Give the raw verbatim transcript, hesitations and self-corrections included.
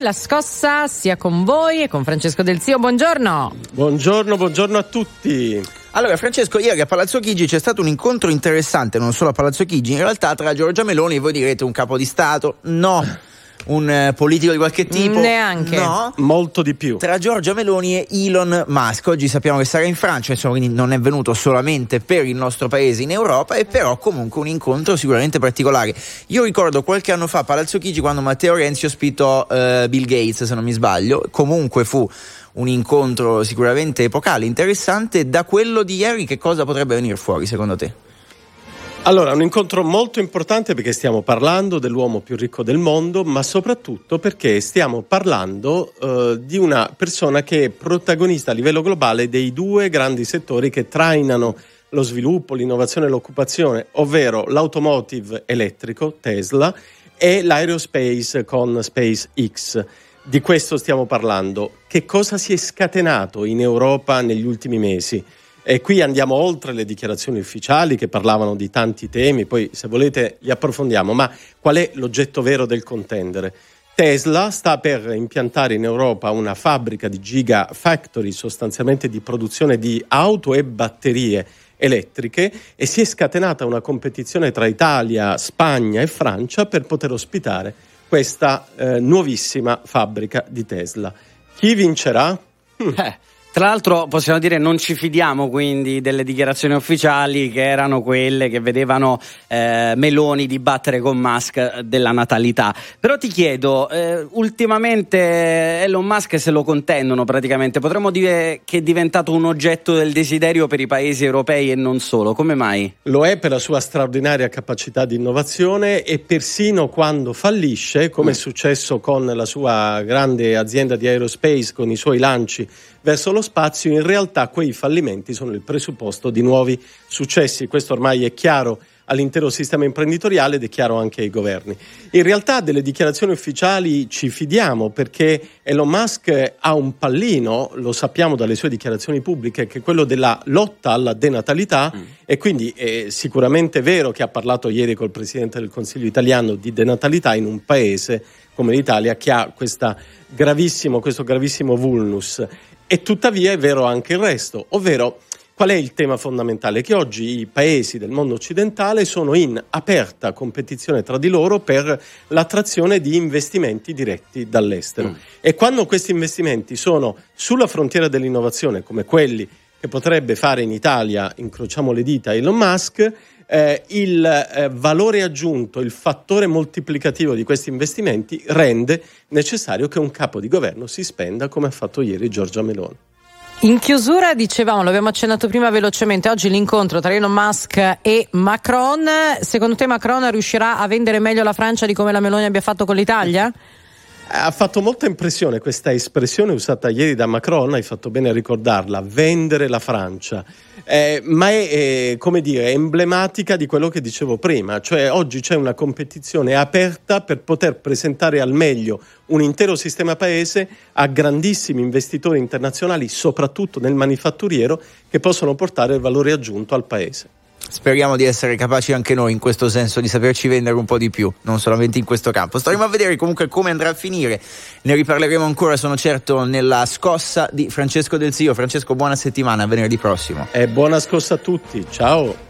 La scossa sia con voi e con Francesco Del Zio, buongiorno. Buongiorno, buongiorno a tutti. Allora Francesco, ieri a Palazzo Chigi c'è stato un incontro interessante, non solo a Palazzo Chigi, in realtà tra Giorgia Meloni, e voi direte un capo di Stato, no, un eh, politico di qualche tipo, neanche, no, molto di più, tra Giorgia Meloni e Elon Musk. Oggi sappiamo che sarà in Francia, insomma, quindi non è venuto solamente per il nostro paese in Europa, e però comunque un incontro sicuramente particolare. Io ricordo qualche anno fa a Palazzo Chigi, quando Matteo Renzi ospitò eh, Bill Gates, se non mi sbaglio, comunque fu un incontro sicuramente epocale, interessante. Da quello di ieri che cosa potrebbe venire fuori secondo te? Allora, un incontro molto importante perché stiamo parlando dell'uomo più ricco del mondo, ma soprattutto perché stiamo parlando uh, di una persona che è protagonista a livello globale dei due grandi settori che trainano lo sviluppo, l'innovazione e l'occupazione, ovvero l'automotive elettrico, Tesla, e l'aerospace con SpaceX. Di questo stiamo parlando. Che cosa si è scatenato in Europa negli ultimi mesi? E qui andiamo oltre le dichiarazioni ufficiali che parlavano di tanti temi, poi se volete li approfondiamo, ma qual è l'oggetto vero del contendere? Tesla sta per impiantare in Europa una fabbrica di gigafactory, sostanzialmente di produzione di auto e batterie elettriche, e si è scatenata una competizione tra Italia, Spagna e Francia per poter ospitare questa eh, nuovissima fabbrica di Tesla. Chi vincerà? Eh, tra l'altro possiamo dire non ci fidiamo quindi delle dichiarazioni ufficiali, che erano quelle che vedevano eh, Meloni dibattere con Musk della natalità. Però ti chiedo, eh, ultimamente Elon Musk se lo contendono praticamente, potremmo dire che è diventato un oggetto del desiderio per i paesi europei e non solo. Come mai? Lo è per la sua straordinaria capacità di innovazione, e persino quando fallisce, come è successo con la sua grande azienda di aerospace, con i suoi lanci verso lo spazio, in realtà quei fallimenti sono il presupposto di nuovi successi. Questo ormai è chiaro all'intero sistema imprenditoriale ed è chiaro anche ai governi. In realtà delle dichiarazioni ufficiali ci fidiamo, perché Elon Musk ha un pallino, lo sappiamo dalle sue dichiarazioni pubbliche, che è quello della lotta alla denatalità, mm. e quindi è sicuramente vero che ha parlato ieri col Presidente del Consiglio italiano di denatalità in un paese come l'Italia che ha questa gravissimo, questo gravissimo vulnus. E tuttavia è vero anche il resto, ovvero qual è il tema fondamentale? Che oggi i paesi del mondo occidentale sono in aperta competizione tra di loro per l'attrazione di investimenti diretti dall'estero. Mm. E quando questi investimenti sono sulla frontiera dell'innovazione, come quelli che potrebbe fare in Italia, incrociamo le dita, Elon Musk, eh, il eh, valore aggiunto, il fattore moltiplicativo di questi investimenti rende necessario che un capo di governo si spenda, come ha fatto ieri Giorgia Meloni. In chiusura dicevamo, lo abbiamo accennato prima velocemente, oggi l'incontro tra Elon Musk e Macron. Secondo te Macron riuscirà a vendere meglio la Francia di come la Meloni abbia fatto con l'Italia? Ha fatto molta impressione questa espressione usata ieri da Macron, hai fatto bene a ricordarla, vendere la Francia, eh, ma è, è, come dire, emblematica di quello che dicevo prima, cioè oggi c'è una competizione aperta per poter presentare al meglio un intero sistema paese a grandissimi investitori internazionali, soprattutto nel manifatturiero, che possono portare valore aggiunto al paese. Speriamo di essere capaci anche noi in questo senso, di saperci vendere un po' di più, non solamente in questo campo. Staremo a vedere comunque come andrà a finire, ne riparleremo ancora, sono certo, nella scossa di Francesco Del Zio. Francesco, buona settimana, a venerdì prossimo. E buona scossa a tutti, ciao.